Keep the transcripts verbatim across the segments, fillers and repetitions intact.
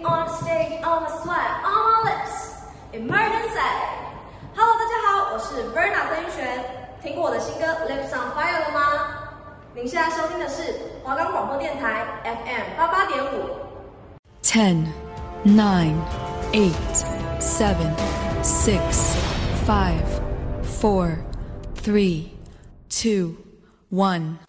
on the stage, all my sweat on my lips. Emergency. Hello， 大家好，我是 Verna 曾玉璇。听过我的新歌《Lips on Fire》了吗？您现在收听的是华冈广播电台 F M 八八点五。 Ten, nine, eight, seven, six, five, four, three, two, one。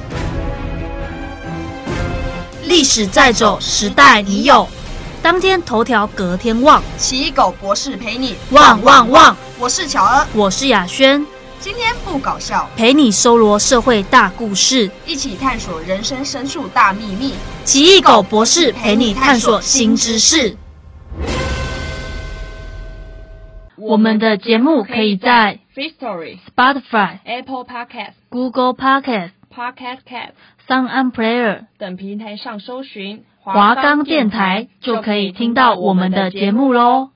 历史在走，时代你有。当天头条，隔天望。 奇异狗博士陪你旺旺旺！ 我是巧儿， 我是雅轩。 今天不搞笑， 陪你搜罗社会大故事， 一起探索人生深处大秘密。 奇异狗博士陪你探索新知识。我们的节目可以在 Firstory、Spotify、Apple Podcast、Google Podcast、Podcast Cat、Sound On Player 等平台上搜寻华冈电台，就可以听到我们的节目咯。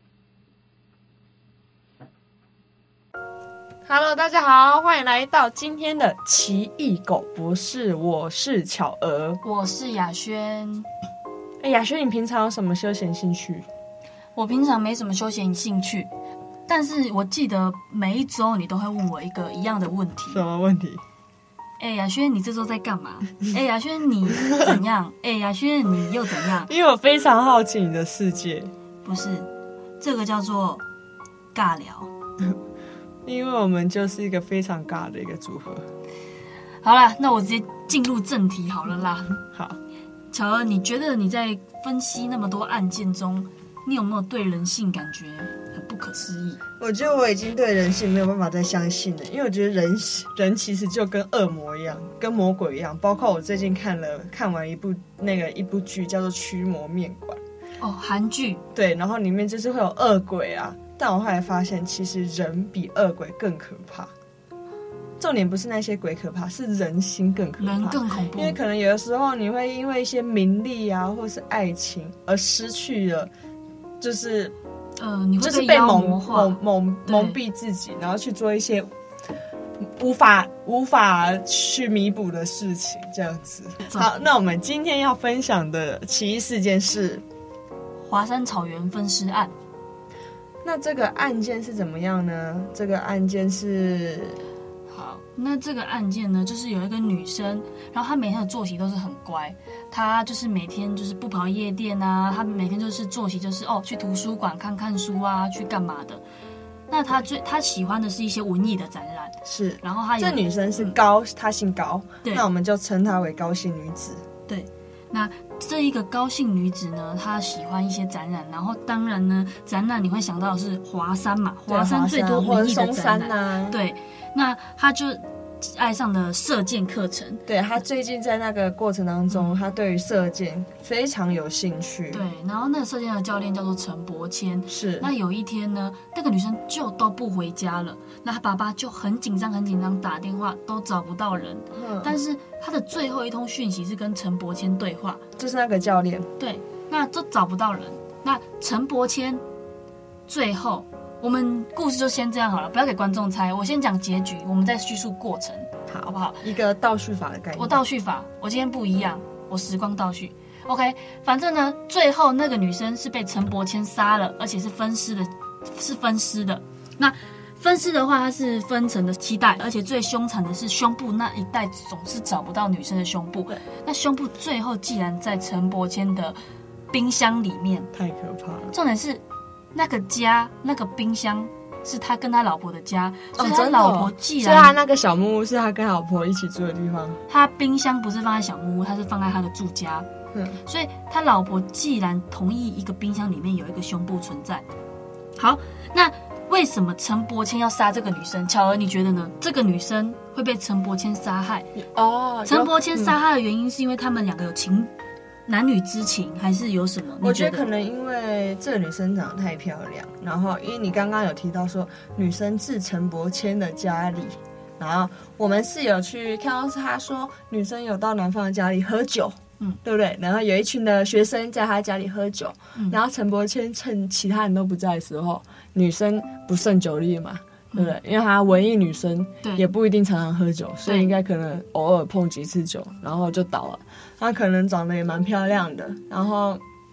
Hello， 大家好，欢迎来到今天的奇异狗博士，我是巧儿， 我是雅轩。 哎，雅轩，你平常有什么休闲兴趣？ 我平常没什么休闲兴趣，但是我记得每一周你都会问我一个一样的问题。 什么问题？ 哎，雅轩，你这周在干嘛？哎，雅轩，你怎样？哎，雅轩，你又怎样？ 因为我非常好奇你的世界。 不是，这个叫做尬聊。 因为我们就是一个非常尬的一个组合。 好啦，那我直接进入正题好了啦。 好， 巧儿，你觉得你在分析那么多案件中，你有没有对人性感觉很不可思议？ 我觉得我已经对人性没有办法再相信了，因为我觉得人人其实就跟恶魔一样，跟魔鬼一样。包括我最近看了看完一部那个一部剧叫做《驱魔面馆》 哦，韩剧。 对，然后里面就是会有恶鬼啊。但我后来发现，其实人比恶鬼更可怕。重点不是那些鬼可怕，是人心更可怕， 人更恐怖。 因为可能有的时候你会因为一些名利啊，或是爱情而失去了，就是呃，你会就是被蒙蒙蒙蒙蔽自己，然后去做一些无法无法去弥补的事情，这样子。好，那我们今天要分享的奇异事件是华山草原分尸案。 那这个案件是怎么样呢？这个案件是， 好，那这个案件呢，就是有一个女生，然后她每天的作息都是很乖，她就是每天就是不跑夜店啊，她每天就是作息就是哦去图书馆看看书啊，去干嘛的。那她最她喜欢的是一些文艺的展览， 是， 然后她这女生是高，嗯、她姓高， 对， 那我们就称她为高姓女子， 对。那这一个高姓女子呢，她喜欢一些展览，然后当然呢，展览你会想到的是华山嘛，华山最多文艺的展览， 啊、 对，那她就爱上了射箭课程。 对，她最近在那个过程当中，她、嗯、对于射箭非常有兴趣。 对，然后那个射箭的教练叫做陈柏谦。 是。 那有一天呢，那个女生就都不回家了，那她爸爸就很紧张，很紧张，打电话都找不到人。嗯。但是她的最后一通讯息是跟陈柏谦对话， 就是那个教练。 对，那都找不到人。那陈柏谦最后。我们故事就先这样好了，不要给观众猜。我先讲结局，我们再叙述过程，好不好？ 一个倒叙法的概念。 我倒叙法，我今天不一样，我时光倒叙。OK， 反正呢，最后那个女生是被陈柏谦杀了，而且是分尸的，是分尸的。那分尸的话，它是分成的七袋，而且最凶残的是胸部那一袋总是找不到女生的胸部。那胸部最后既然在陈柏谦的冰箱里面， 太可怕了。 重点是。那个家，那个冰箱是他跟他老婆的家， 哦、 所以他老婆既然， 所以他那个小木屋是他跟老婆一起住的地方。 他冰箱不是放在小木屋，他是放在他的住家。嗯，所以他老婆既然同意一个冰箱里面有一个胸部存在，好，那为什么陈柏谦要杀这个女生？巧儿，你觉得呢？这个女生会被陈柏谦杀害？哦，陈柏谦杀害的原因是因为他们两个有情。男女之情还是有什么？ 我觉得可能因为这个女生长得太漂亮，然后因为你刚刚有提到说女生至陈柏谦的家里，然后我们是有去看到她说女生有到男方的家里喝酒，嗯，对不对？然后有一群的学生在她家里喝酒，嗯、然后陈柏谦趁其他人都不在的时候，女生不胜酒力嘛。对不对？因为她文艺女生也不一定常常喝酒，所以应该可能偶尔碰几次酒，然后就倒了。她可能长得也蛮漂亮的，然后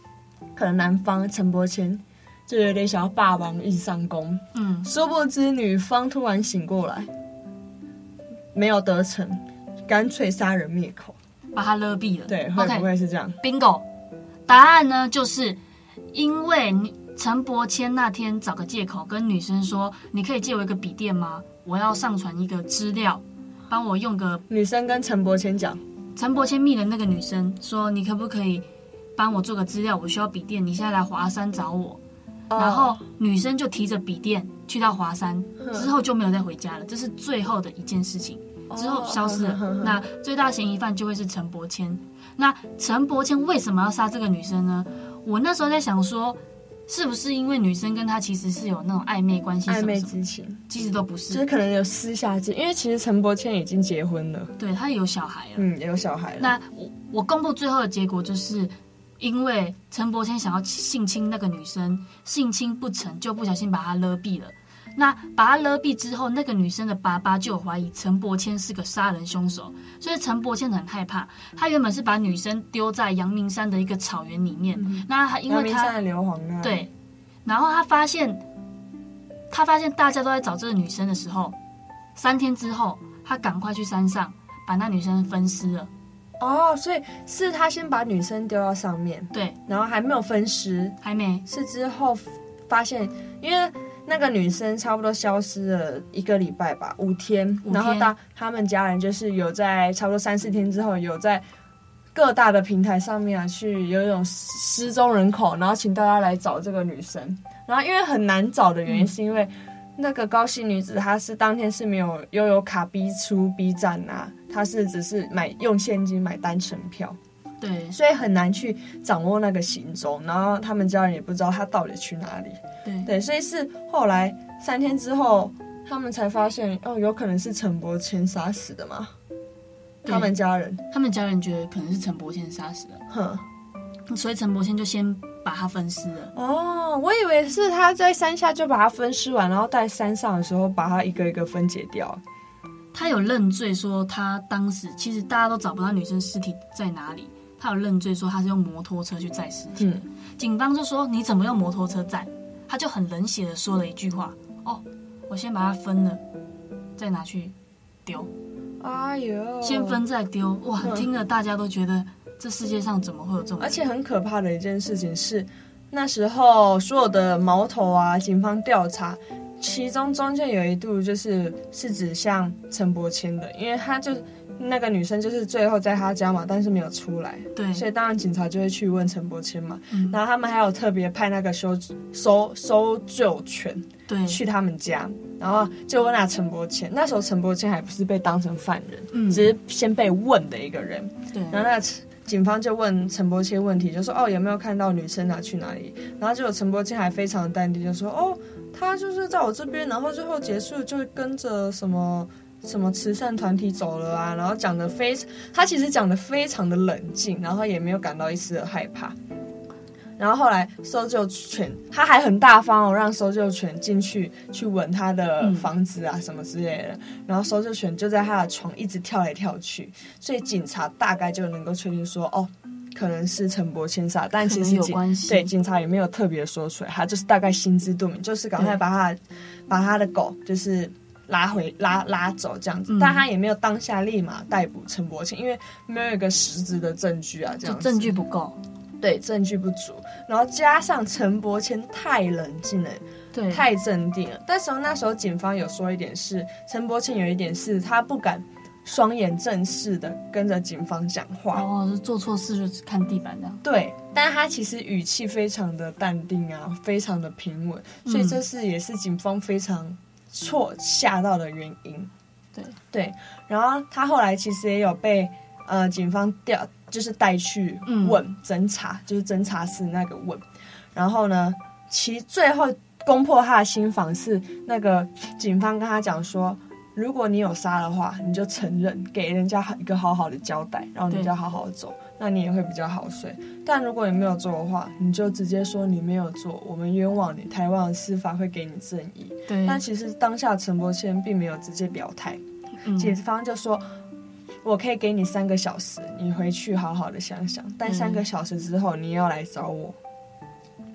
可能男方陈柏谦就有点想要霸王硬上弓， 嗯， 殊不知女方突然醒过来，没有得逞，干脆杀人灭口， 把他勒毙了。 对，会不会是这样 ？Bingo， 答案呢就是因为陈柏谦那天找个借口跟女生说：“你可以借我一个笔电吗？我要上传一个资料，帮我用个。” 女生跟陈柏谦讲， 陈柏谦密了那个女生说：“你可不可以帮我做个资料？我需要笔电，你现在来华山找我。”然后女生就提着笔电去到华山，之后就没有再回家了。这是最后的一件事情，之后消失了。 哦、 那最大嫌疑犯就会是陈柏谦。那陈柏谦为什么要杀这个女生呢？我那时候在想说，是不是因为女生跟他其实是有那种暧昧关系， 暧昧之情？ 其实都不是， 就是可能有私下间，因为其实陈柏谦已经结婚了， 对他有小孩了， 嗯，也有小孩了。 那我我公布最后的结果就是。因为陈柏谦想要性侵那个女生，性侵不成就不小心把她勒毙了。那把她勒毙之后，那个女生的爸爸就有怀疑陈柏谦是个杀人凶手，所以陈柏谦很害怕。他原本是把女生丢在阳明山的一个草原里面，嗯、那他因为他阳明山的硫磺那对，然后他发现他发现大家都在找这个女生的时候，三天之后，他赶快去山上把那女生分尸了。 哦，所以是他先把女生丢到上面， 对， 然后还没有分尸， 还没， 是之后发现，因为那个女生差不多消失了一个礼拜吧，五天， 五天然后到他们家人就是有在差不多三四天之后，有在各大的平台上面啊去有一种失踪人口，然后请大家来找这个女生，然后因为很难找的原因是因为。嗯那个高姓女子，她是当天是没有悠游卡 B 出 B 站啊，她是只是买用现金买单程票， 对， 所以很难去掌握那个行踪，然后他们家人也不知道她到底去哪里， 对对，所以是后来三天之后，他们才发现哦，有可能是陈柏谦杀死的嘛，他们家人， 他们家人觉得可能是陈柏谦杀死的， 哼， 所以陈柏谦就先把他分尸了。 哦，我以为是他在山下就把他分尸完，然后在山上的时候把他一个一个分解掉。 他有认罪说他当时其实大家都找不到女生尸体在哪里，他有认罪说他是用摩托车去载尸体的。嗯、警方就说你怎么用摩托车载？他就很冷血的说了一句话：哦，我先把它分了，再拿去丢。 哎呦， 先分再丢，哇！嗯、听了大家都觉得。这世界上怎么会有这种？ 而且很可怕的一件事情是，那时候所有的矛头啊，警方调查，其中中间有一度就是是指向陈柏谦的，因为他就那个女生就是最后在他家嘛，但是没有出来， 对， 所以当然警察就会去问陈柏谦嘛，嗯、然后他们还有特别派那个搜搜搜救犬对去他们家，然后就问那陈柏谦，那时候陈柏谦还不是被当成犯人， 嗯、 只是先被问的一个人， 对， 然后那个。警方就问陈柏谦问题，就说哦有没有看到女生拿去哪里？然后结果陈柏谦还非常淡定，就说哦他就是在我这边，然后最后结束就跟着什么什么慈善团体走了啊，然后讲的非他其实讲的非常的冷静，然后也没有感到一丝的害怕。然后后来搜救犬他还很大方哦，让搜救犬进去去闻他的房子啊、嗯、什么之类的，然后搜救犬就在他的床一直跳来跳去，所以警察大概就能够确定说哦可能是陈柏谦杀，但其实警对警察也没有特别说出来，他就是大概心知肚明，就是赶快把他把他的狗就是拉回拉拉走这样子、嗯、但他也没有当下立马逮捕陈柏谦，因为没有一个实质的证据啊，这样子证据不够， 对，证据不足，然后加上陈柏谦太冷静了， 对， 太镇定了。但是那时候警方有说一点是，陈柏谦有一点是他不敢双眼正视的跟着警方讲话， 哦，做错事就只看地板这样。 对，但他其实语气非常的淡定啊，非常的平稳，所以这是也是警方非常错吓到的原因。 对对，然后他后来其实也有被呃警方调。就是带去问侦、嗯、查，就是侦查室那个问，然后呢，其最后攻破他的心防是那个警方跟他讲说，如果你有杀的话，你就承认，给人家一个好好的交代，然后人家好好走，那你也会比较好睡。但如果你没有做的话，你就直接说你没有做，我们冤枉你，台湾的司法会给你正义。 对， 但其实当下陈柏谦并没有直接表态，嗯、警方就说。我可以给你三个小时，你回去好好的想想。但三个小时之后，你要来找我，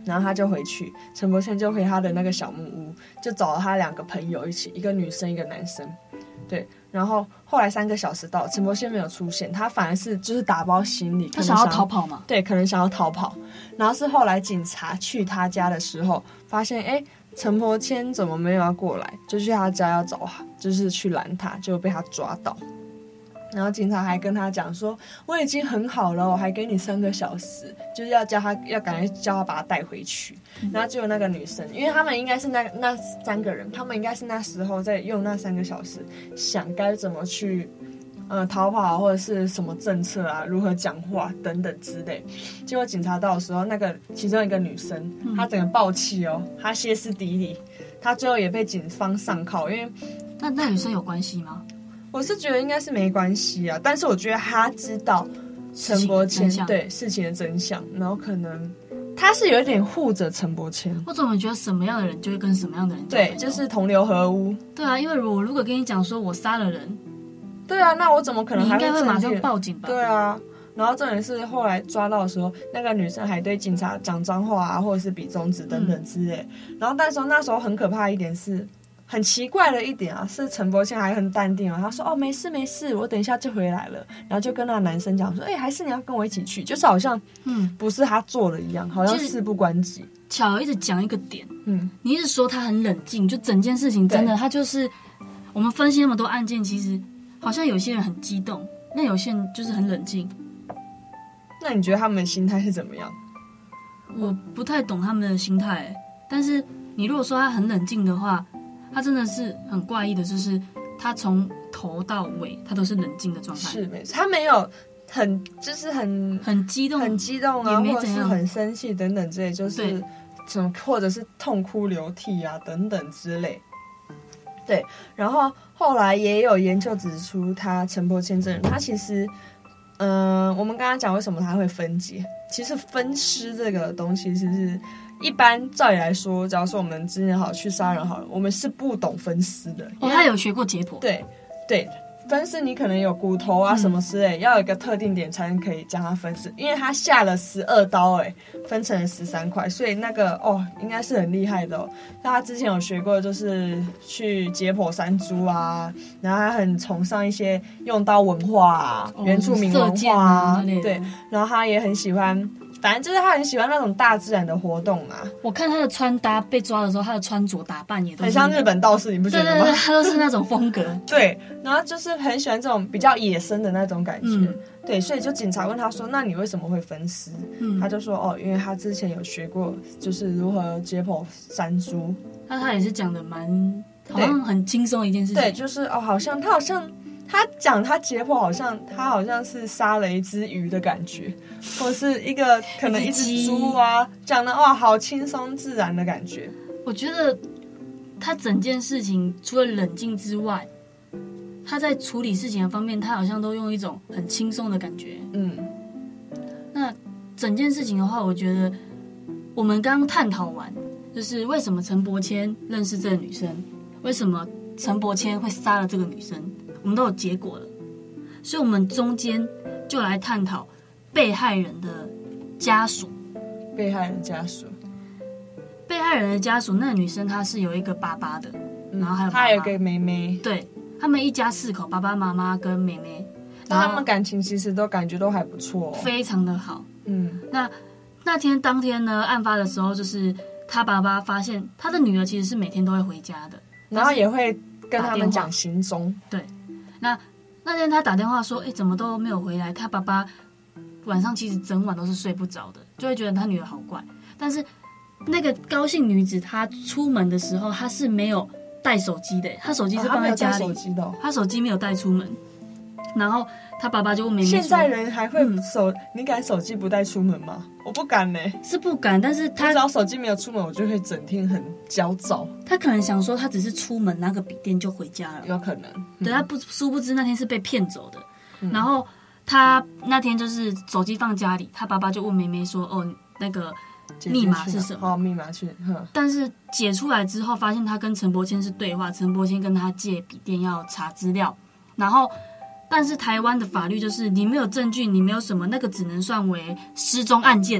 然后他就回去，陈柏谦就回他的那个小木屋，就找了他两个朋友一起，一个女生一个男生，对。然后后来三个小时到，陈柏谦没有出现，他反而是就是打包行李， 他想要逃跑嘛？ 对，可能想要逃跑。然后是后来警察去他家的时候，发现哎，陈柏谦怎么没有要过来，就去他家要找他，就是去拦他，就被他抓到。然后警察还跟他讲说，我已经很好了，我还给你三个小时，就是要叫他要赶快叫他把他带回去。然后就有那个女生，因为他们应该是那那三个人，他们应该是那时候在用那三个小时想该怎么去呃逃跑或者是什么政策啊，如何讲话等等之类。结果警察到的时候，那个其中一个女生，她整个爆气哦，她歇斯底里，她最后也被警方上铐，因为那那女生有关系吗？ 我是觉得应该是没关系啊，但是我觉得他知道陈柏谦对事情的真相，然后可能他是有点护着陈柏谦。 我怎么觉得什么样的人就会跟什么样的人交朋友？ 对，就是同流合污。 对啊，因为我如果跟你讲说我杀了人， 对啊，那我怎么可能还你应该会马上报警吧？ 对啊，然后重点是后来抓到的时候，那个女生还对警察讲脏话啊，或者是比中指等等之类。嗯、然后那时候那时候很可怕一点是。很奇怪的一点啊，是陈柏谦还很淡定啊，他说哦没事没事，我等一下就回来了，然后就跟那个男生讲说，哎、欸，还是你要跟我一起去，就是好像嗯不是他做的一样，好像事不关己。 巧一直讲一个点，嗯，你一直说他很冷静，就整件事情真的他就是我们分析那么多案件，其实好像有些人很激动，那有些人就是很冷静。 那你觉得他们的心态是怎么样？ 我不太懂他们的心态、欸，但是你如果说他很冷静的话。他真的是很怪异的，就是他从头到尾他都是冷静的状态， 是没错，他没有很就是很很激动、 很激动啊，或者是很生气等等之类，就是什么或者是痛哭流涕啊等等之类。对，然后后来也有研究指出，他陈柏谦这人，他其实，嗯、呃，我们刚刚讲为什么他会分解，其实分尸这个东西其实是。一般照理来说，假如说我们之前好去杀人好了，我们是不懂分尸的。 哦，他有学过解剖。 对，对，分尸你可能有骨头啊什么之类，嗯、要有一个特定点才能可以将它分尸。因为他下了十二刀，哎，分成了十三块，所以那个哦，应该是很厉害的哦。那他之前有学过，就是去解剖山猪啊，然后他很崇尚一些用刀文化啊、哦、原住民文化啊，对，然后他也很喜欢。反正就是他很喜欢那种大自然的活动嘛。 我看他的穿搭被抓的时候，他的穿着打扮也都是很像日本道士，你不觉得吗？ 对对对，他都是那种风格。 对，然后就是很喜欢这种比较野生的那种感觉。嗯、对，所以就警察问他说：“那你为什么会分尸？”嗯、他就说：“哦，因为他之前有学过，就是如何解剖山猪。” 那他也是讲的蛮，好像很轻松一件事情。 对，就是哦，好像他好像。他讲他解剖好像他好像是杀了一只鱼的感觉，或是一个可能一只猪啊，讲的哇好轻松自然的感觉。 我觉得他整件事情除了冷静之外，他在处理事情的方面，他好像都用一种很轻松的感觉。嗯，那整件事情的话，我觉得我们刚刚探讨完，就是为什么陈柏谦认识这个女生，为什么陈柏谦会杀了这个女生。我们都有结果了，所以我们中间就来探讨被害人的家属。 被害人家属， 被害人的家属，那个女生她是有一个爸爸的， 嗯、 然后还有妈妈她有个妹妹， 对他们一家四口，爸爸妈妈跟妹妹， 那他们感情其实都感觉都还不错、哦， 非常的好。嗯，那那天当天呢，案发的时候，就是他爸爸发现他的女儿其实是每天都会回家的， 然后也会跟他们讲行踪， 对。那那天他打电话说：“哎，怎么都没有回来？”他爸爸晚上其实整晚都是睡不着的，就会觉得他女儿好怪。但是那个高姓女子，她出门的时候，她是没有带手机的，她手机是放在家里， 哦、手机的、哦， 她手机没有带出门。然后他爸爸就问妹妹说：“ 现在人还会手、嗯？你敢手机不带出门吗？我不敢呢、欸， 是不敢。但是他只要手机没有出门，我就会整天很焦躁。 他可能想说，他只是出门拿个笔电就回家了， 有可能。 嗯、对他不殊不知那天是被骗走的。嗯、然后他那天就是手机放家里，他爸爸就问妹妹说：‘哦，那个密码是什么？’ 哦，密码去。 但是解出来之后，发现他跟陈柏谦是对话，陈柏谦跟他借笔电要查资料，然后。但是台湾的法律就是你没有证据，你没有什么，那个只能算为失踪案件。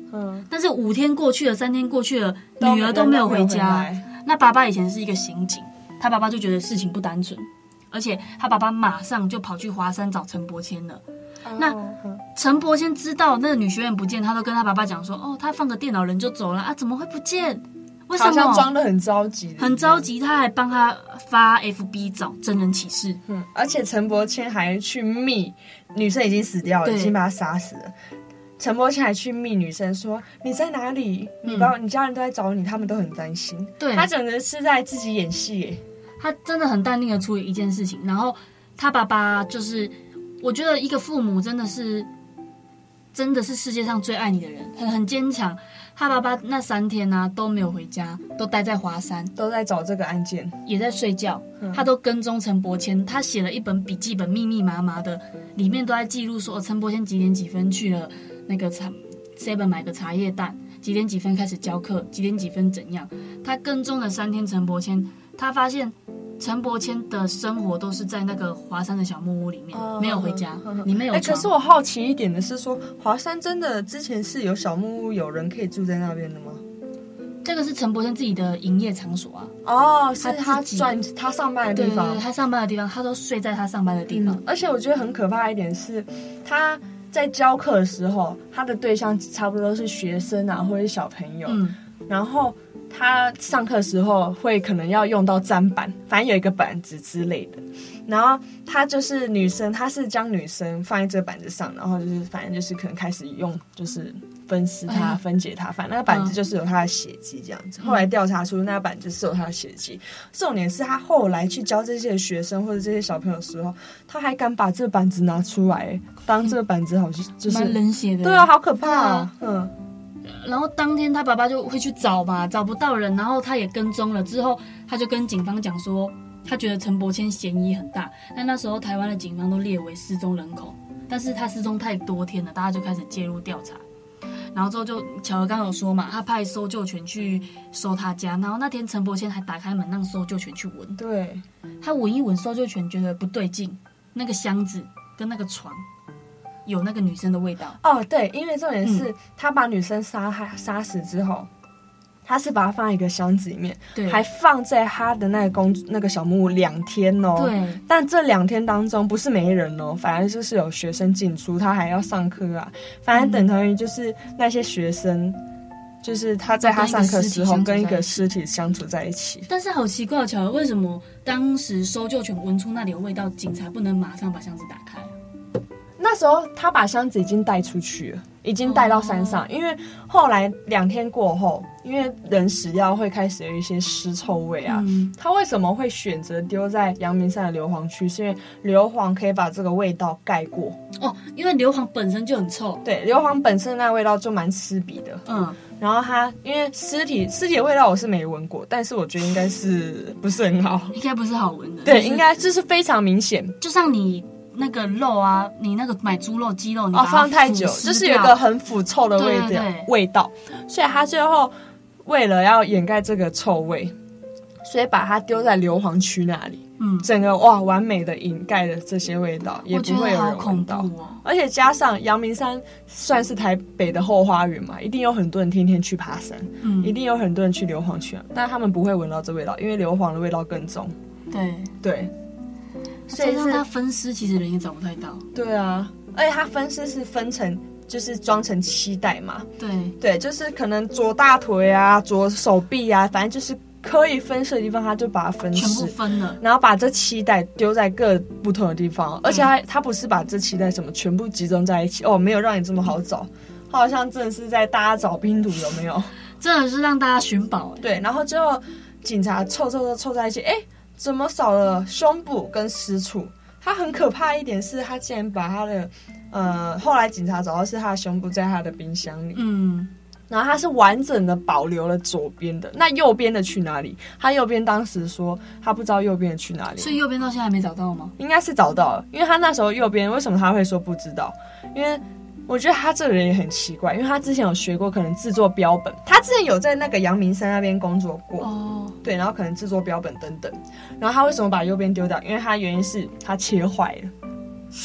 嗯， 但是五天过去了，三天过去了， 都女儿都没有回人家。 都没有回来那爸爸以前是一个刑警，他爸爸就觉得事情不单纯，而且他爸爸马上就跑去华山找陈伯谦了。那哦嗯陈伯谦知道那个女学员不见，他都跟他爸爸讲说：“哦，他放个电脑人就走了啊，怎么会不见？为什好像么？” 装得很着急， 很着。急，他还帮他发 F B 找真人启事。 嗯，而且陈伯谦还去密女生已经死掉了， 对已经把她杀死了。陈伯谦还去密女生说：“你在哪里？你把、嗯、你家人都在找你，他们都很担心。” 对， 他整个是在自己演戏耶。 他真的很淡定的处理一件事情，然后他爸爸就是，我觉得一个父母真的是，真的是世界上最爱你的人，很很坚强。他爸爸那三天呢、啊、都没有回家，都待在华山， 都在找这个案件， 也在睡觉。 嗯、 他都跟踪陈伯谦，他写了一本笔记本，密密麻麻的，里面都在记录说陈伯谦几点几分去了那个茶 seven 买个茶叶蛋，几点几分开始教课，几点几分怎样。他跟踪了三天陈伯谦，他发现陈伯谦的生活都是在那个华山的小木屋里面，哦、没有回家，哦、里面有床。 欸、可是我好奇一点的是说，华山真的之前是有小木屋，有人可以住在那边的吗？ 这个是陈伯谦自己的营业场所啊。 哦，是他赚他上班的地方。 对对对，他上班的地方，他都睡在他上班的地方。 嗯、而且我觉得很可怕一点是，他在教课的时候，他的对象差不多都是学生啊，或者是小朋友。嗯，然后他上课的时候会可能要用到砧板，反正有一个板子之类的。然后他就是女生，他是将女生放在这个板子上，然后就是反正就是可能开始用，就是分尸她、嗯、分解她，反正那个板子就是有她的血迹这样子。嗯、后来调查出那个板子是有她的血迹。重点是他后来去教这些学生或者这些小朋友的时候，他还敢把这个板子拿出来，当这个板子好像就是蛮冷血的。 对啊，好可怕啊！嗯。 然后当天他爸爸就会去找嘛，找不到人，然后他也跟踪了，之后他就跟警方讲说，他觉得陈伯谦嫌疑很大。但那时候台湾的警方都列为失踪人口，但是他失踪太多天了，大家就开始介入调查。然后之后就巧儿刚刚有说嘛，他派搜救犬去搜他家，然后那天陈伯谦还打开门让搜救犬去闻。 对， 他闻一闻，搜救犬觉得不对劲，那个箱子跟那个床有那个女生的味道。 哦，对，因为重点是、嗯、他把女生杀害杀死之后，他是把她放在一个箱子里面，对，还放在他的那个公那个小木屋两天哦。 对， 但这两天当中不是没人哦，反而就是有学生进出，他还要上课啊，反正等同于就是那些学生。嗯，就是他在他上课的时候跟一个尸体相处在一起。 但是好奇怪，巧儿，为什么当时搜救犬闻出那里有味道，警察不能马上把箱子打开啊？ 那时候他把箱子已经带出去了，已经带到山上、哦、因为后来两天过后，因为人死掉会开始有一些尸臭味啊、嗯、他为什么会选择丢在阳明山的硫磺区，是因为硫磺可以把这个味道盖过哦，因为硫磺本身就很臭。 对，硫磺本身那个味道就蛮刺鼻的。嗯，然后它因为尸体尸体的味道我是没闻过，但是我觉得应该是不是很好， 应该不是好闻的。 对、 就是、 应该就是非常明显， 就像你那个肉啊，你那个买猪肉鸡肉你把它哦放太久，就是有一个很腐臭的味道。 对对对味道，所以他最后为了要掩盖这个臭味，所以把它丢在硫磺区那里。嗯，整个哇完美的掩盖了这些味道，也不会有人闻到。 哦、 而且加上阳明山算是台北的后花园嘛，一定有很多人天天去爬山，嗯，一定有很多人去硫磺区，但他们不会闻到这味道，因为硫磺的味道更重。 对对， 所以让它分尸，其实人也找不太到。 对啊，而且它分尸是分成。就是装成七袋嘛， 对对，就是可能左大腿啊、左手臂啊，反正就是可以分尸的地方，他就把它分尸， 全部分了， 然后把这七袋丢在各不同的地方，而且他他不是把这七袋什么全部集中在一起哦，没有让你这么好找，他好像真的是在大家找拼图，有没有？ 真的是让大家寻宝。 对，然后最后警察凑凑凑凑在一起，哎，怎么少了胸部跟私处？他很可怕一点是，他竟然把他的。呃，后来警察找到是他的胸部在他的冰箱里，嗯，然后他是完整的保留了左边的，那右边的去哪里？他右边当时说他不知道右边的去哪里， 所以右边到现在还没找到吗？ 应该是找到了，因为他那时候右边为什么他会说不知道？因为我觉得他这个人也很奇怪，因为他之前有学过可能制作标本，他之前有在那个阳明山那边工作过，哦，对，然后可能制作标本等等，然后他为什么把右边丢掉？因为他原因是他切坏了。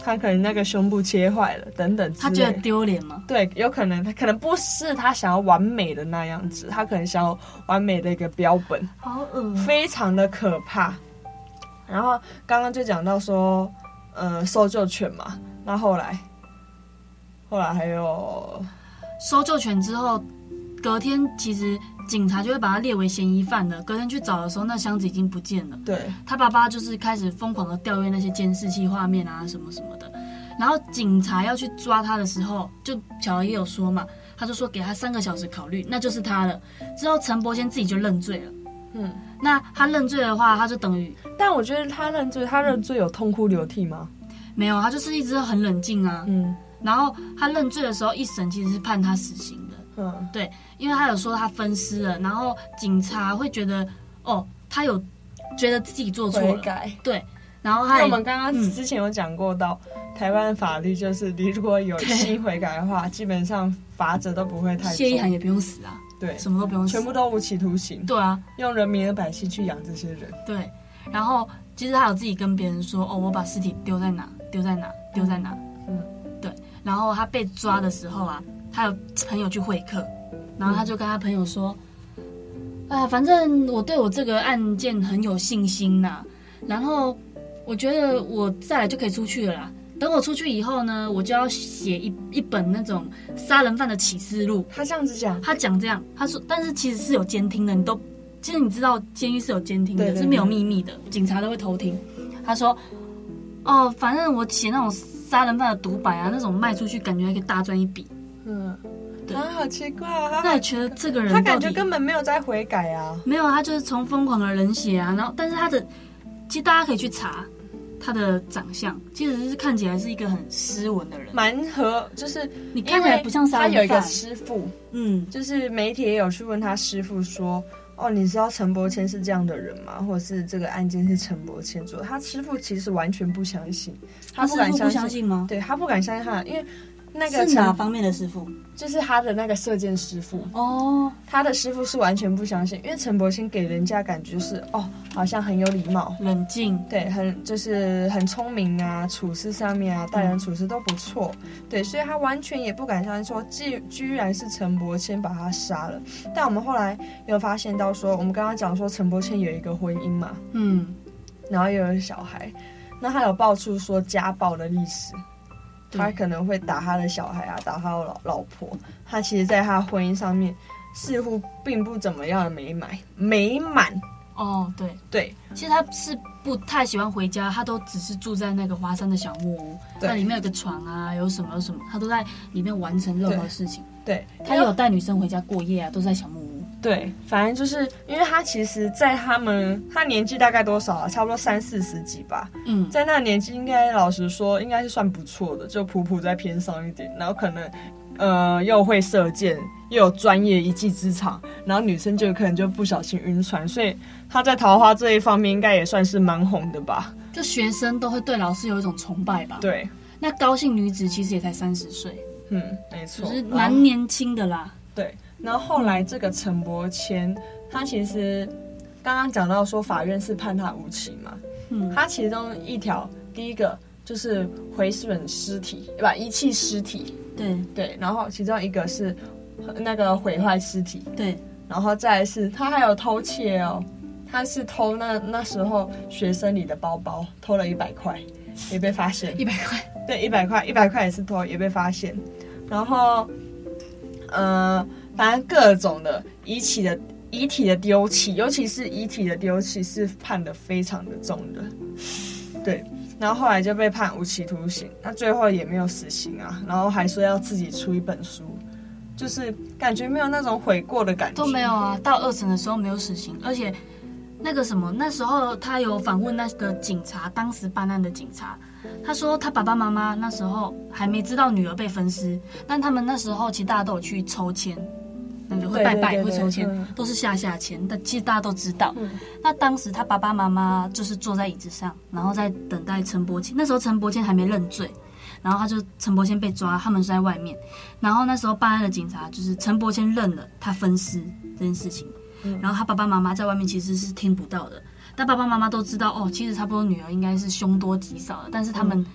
他可能那个胸部切坏了等等之类。 他觉得丢脸吗？ 对，有可能他可能不是他想要完美的那样子，他可能想要完美的一个标本， 好恶， 非常的可怕。然后刚刚就讲到说，呃，搜救犬嘛，那后来，后来还有搜救犬之后，隔天其实警察就会把他列为嫌疑犯了。隔天去找的时候，那箱子已经不见了。 对， 他爸爸就是开始疯狂的调阅那些监视器画面啊，什么什么的。然后警察要去抓他的时候，就小姚也有说嘛，他就说给他三个小时考虑，那就是他了。之后陈柏谦自己就认罪了。嗯，那他认罪的话，他就等于…… 但我觉得他认罪，他认罪有痛哭流涕吗？ 没有，他就是一直很冷静啊。嗯，然后他认罪的时候，一审其实是判他死刑的。嗯，对，因为他有说他分尸了，然后警察会觉得，哦，他有觉得自己做错了， 悔改。 对，然后他因为我们刚刚之前有讲过到。嗯台湾法律就是，你如果有心悔改的话，基本上罚则都不会太重。 谢依涵也不用死啊， 对， 什么都不用死， 全部都无期徒刑。 对啊， 用人民的百姓去养这些人。 对，然后其实他有自己跟别人说，哦，我把尸体丢在哪，丢在哪，丢在哪。嗯，对。然后他被抓的时候啊，他有朋友去会客，然后他就跟他朋友说，啊，反正我对我这个案件很有信心呐、啊，然后我觉得我再来就可以出去了啦。等我出去以后呢，我就要写一一本那种杀人犯的启示录。 他这样子讲， 他讲这样，他说，但是其实是有监听的，你都，其实你知道监狱是有监听的，对对对，是没有秘密的，警察都会偷听。他说，哦，反正我写那种杀人犯的独白啊，那种卖出去感觉还可以大赚一笔。嗯，对啊，好奇怪啊！ 那你觉得这个人他感觉根本没有在悔改啊？ 没有，他就是从疯狂的冷血啊，然后但是他的，其实大家可以去查。他的长相其实是看起来是一个很斯文的人， 蛮和就是你看起来不像杀人犯。 他有一个师傅，嗯，就是媒体也有去问他师傅说，哦，你知道陈柏谦是这样的人吗？或者是这个案件是陈柏谦做的？他师傅其实完全不相信， 他不敢相信，相信吗？ 对他不敢相信他，因为那个是哪方面的师傅？ 就是他的那个射箭师傅哦，他的师傅是完全不相信，因为陈柏谦给人家感觉就是哦，好像很有礼貌、 冷静， 对，很就是很聪明啊，处事上面啊，待人处事都不错，对，所以他完全也不敢相信说，居居然是陈柏谦把他杀了。但我们后来有发现到说，我们刚刚讲说陈柏谦有一个婚姻嘛，嗯，然后又有小孩，那他有爆出说家暴的历史。他可能会打他的小孩啊，打他的老老婆。他其实在他婚姻上面似乎并不怎么样的美满美满。 哦，对对， 其实他是不太喜欢回家，他都只是住在那个华山的小木屋，那里面有个床啊，有什么有什么，他都在里面完成任何事情。 对， 他有带女生回家过夜啊，都在小木屋。 对，反正就是因为他其实，在他们他年纪大概多少啊？差不多三四十几吧。嗯，在那个年纪，应该老实说，应该是算不错的，就普普再偏上一点，然后可能呃又会射箭，又有专业一技之长，然后女生就可能就不小心晕船，所以他在桃花这一方面应该也算是蛮红的吧。 就学生都会对老师有一种崇拜吧。 对， 那高姓女子其实也才三十岁。 嗯，没错， 就是蛮年轻的啦。 对。然后后来这个陈柏谦，他其实刚刚讲到说法院是判他无期嘛，嗯，他其中一条第一个就是毁损尸体，对吧？遗弃尸体， 对对，然后其中一个是那个毁坏尸体， 对， 然后再来是他还有偷窃哦，他是偷那那时候学生里的包包，偷了一百块，也被发现， 一百块， 对，一百块，一百块也是偷，也被发现，然后呃。反正各种的遗体的遗体的丢弃，尤其是遗体的丢弃是判得非常的重的，对。然后后来就被判无期徒刑，那最后也没有死刑啊，然后还说要自己出一本书，就是感觉没有那种悔过的感觉。 都没有啊，到二审的时候没有死刑，而且那个什么，那时候他有访问那个警察，当时办案的警察。他说他爸爸妈妈那时候还没知道女儿被分尸，但他们那时候其实大家都有去抽签。那个会拜拜，对对对对，会抽签，嗯，都是下下签，但其实大家都知道。嗯，那当时他爸爸妈妈就是坐在椅子上，然后在等待陈柏谦。那时候陈柏谦还没认罪，然后他就陈柏谦被抓，他们是在外面。然后那时候办案的警察就是陈柏谦认了他分尸这件事情，嗯，然后他爸爸妈妈在外面其实是听不到的，但爸爸妈妈都知道哦，其实差不多女儿应该是凶多吉少的，但是他们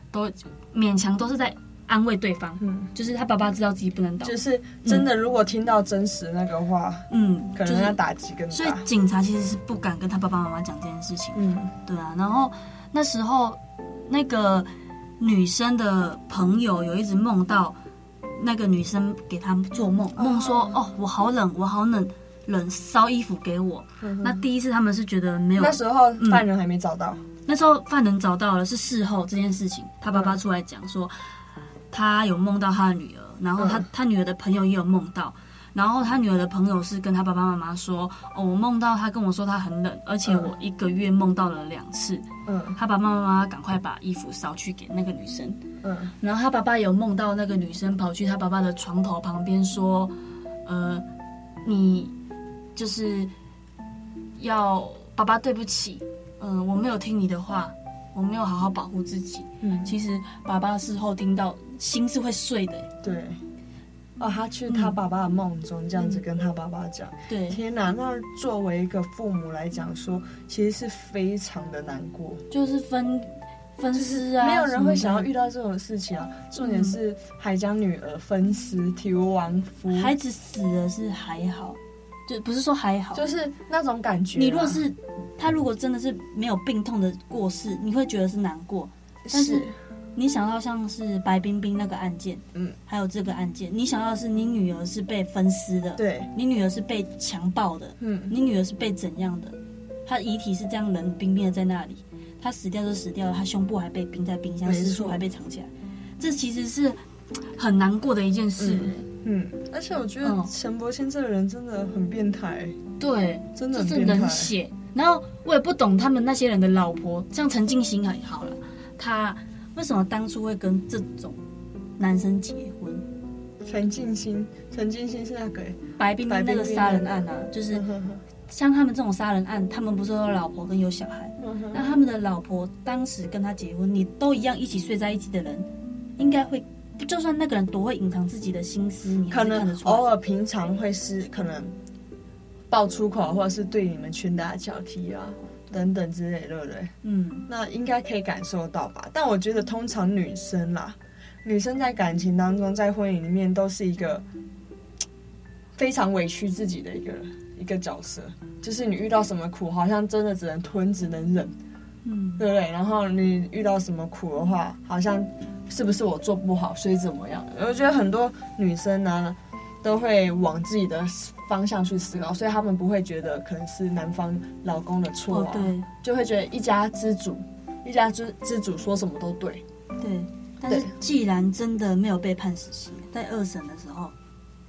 都勉强都是在安慰对方， 嗯， 就是他爸爸知道自己不能倒， 就是真的，如果听到真实那个话， 嗯， 可能要打击更大。 所以警察其实是不敢跟他爸爸妈妈讲这件事情， 嗯， 对啊。然后那时候那个女生的朋友有一直梦到那个女生给他做梦，梦说哦我好冷，我好冷，冷烧衣服给我。嗯、那第一次他们是觉得没有， 那时候犯人还没找到。 嗯那时候犯人找到了，是事后这件事情，他爸爸出来讲说，他有梦到他的女儿，然后他、嗯、他女儿的朋友也有梦到，然后他女儿的朋友是跟他爸爸妈妈说，哦，我梦到他跟我说他很冷，而且我一个月梦到了两次，嗯，他爸爸妈妈赶快把衣服扫去给那个女生，嗯，然后他爸爸有梦到那个女生跑去他爸爸的床头旁边说，呃，你就是要爸爸对不起。嗯，我没有听你的话，我没有好好保护自己。嗯，其实爸爸事后听到，心是会碎的。 对，哦，他去他爸爸的梦中这样子跟他爸爸讲。嗯、 对， 天哪！那作为一个父母来讲说，其实是非常的难过， 就是分分尸啊， 没有人会想要遇到这种事情啊。重点是还将女儿分尸，体无完肤。 孩子死了是还好。就不是说还好， 就是那种感觉、啊。 你若是他如果真的是没有病痛的过世，你会觉得是难过。但是你想到像是白冰冰那个案件，嗯，还有这个案件，你想到的是你女儿是被分尸的， 对， 你女儿是被强暴的，嗯，你女儿是被怎样的？她遗体是这样冷冰冰的在那里，她死掉就死掉了，她胸部还被冰在冰箱，尸处还被藏起来，这其实是很难过的一件事。嗯嗯，而且我觉得陈柏谦这个人真的很变态， 对， 真的很变态， 就是冷血。然后我也不懂他们那些人的老婆，像陈静心也好了，他为什么当初会跟这种男生结婚？ 陈静心，陈静心是那个白冰冰那个杀人案啊，就是像他们这种杀人案，他们不是有老婆跟有小孩，那他们的老婆当时跟他结婚，你都一样一起睡在一起的人，应该会。就算那个人多会隐藏自己的心思，你还是看得出来。 可能偶尔平常会是可能爆粗口，或者是对你们拳打脚踢啊等等之类，对不对？嗯，那应该可以感受到吧。但我觉得通常女生啦，女生在感情当中，在婚姻里面都是一个非常委屈自己的一个一个角色，就是你遇到什么苦，好像真的只能吞，只能忍，嗯，对不对？然后你遇到什么苦的话，好像。是不是我做不好，所以怎么样？我觉得很多女生呢，都会往自己的方向去思考，所以他们不会觉得可能是男方老公的错啊， 哦、对， 就会觉得一家之主，一家之之主说什么都对。 对，但是既然真的没有被判死刑，在二审的时候，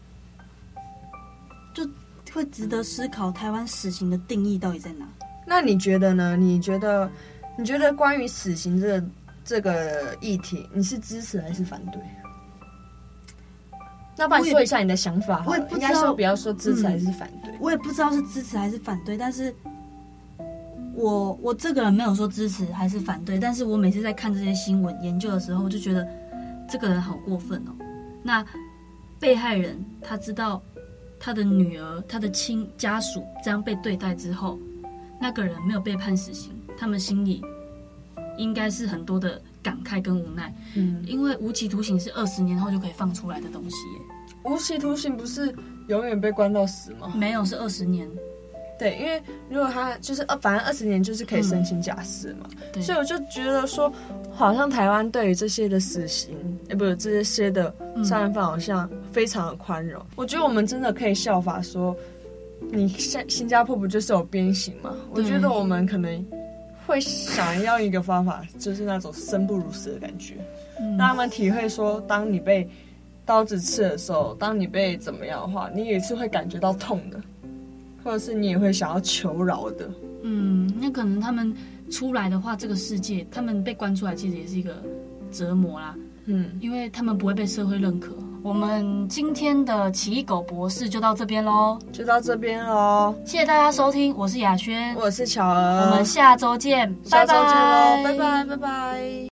就会值得思考台湾死刑的定义到底在哪？ 那你觉得呢？你觉得？你觉得关于死刑这个？这个议题，你是支持还是反对？那不然说一下你的想法好了。应该说不要说支持还是反对、嗯。 我也不知道是支持还是反对，但是我我这个人没有说支持还是反对，但是我每次在看这些新闻研究的时候，我就觉得这个人好过分哦。那被害人他知道他的女儿、他的亲家属这样被对待之后，那个人没有被判死刑，他们心里。应该是很多的感慨跟无奈，嗯，因为无期徒刑是二十年后就可以放出来的东西耶。 无期徒刑不是永远被关到死吗？ 没有，是二十年。 对，因为如果他就是呃，反正二十年就是可以申请假释嘛、嗯，所以我就觉得说，好像台湾对于这些的死刑，哎，不是这些的杀人犯，好像非常的宽容、嗯。我觉得我们真的可以效法说，你像新加坡不就是有鞭刑吗？我觉得我们可能。会想要一个方法，就是那种生不如死的感觉，嗯、让他们体会说，当你被刀子刺的时候，当你被怎么样的话，你也是会感觉到痛的，或者是你也会想要求饶的。 嗯，那可能他们出来的话，这个世界他们被关出来，其实也是一个折磨啦。嗯，因为他们不会被社会认可。我们今天的奇异狗博士就到这边咯， 就到这边咯。 谢谢大家收听，我是雅轩， 我是巧儿， 我们下周见， 下周见咯，拜拜，拜拜。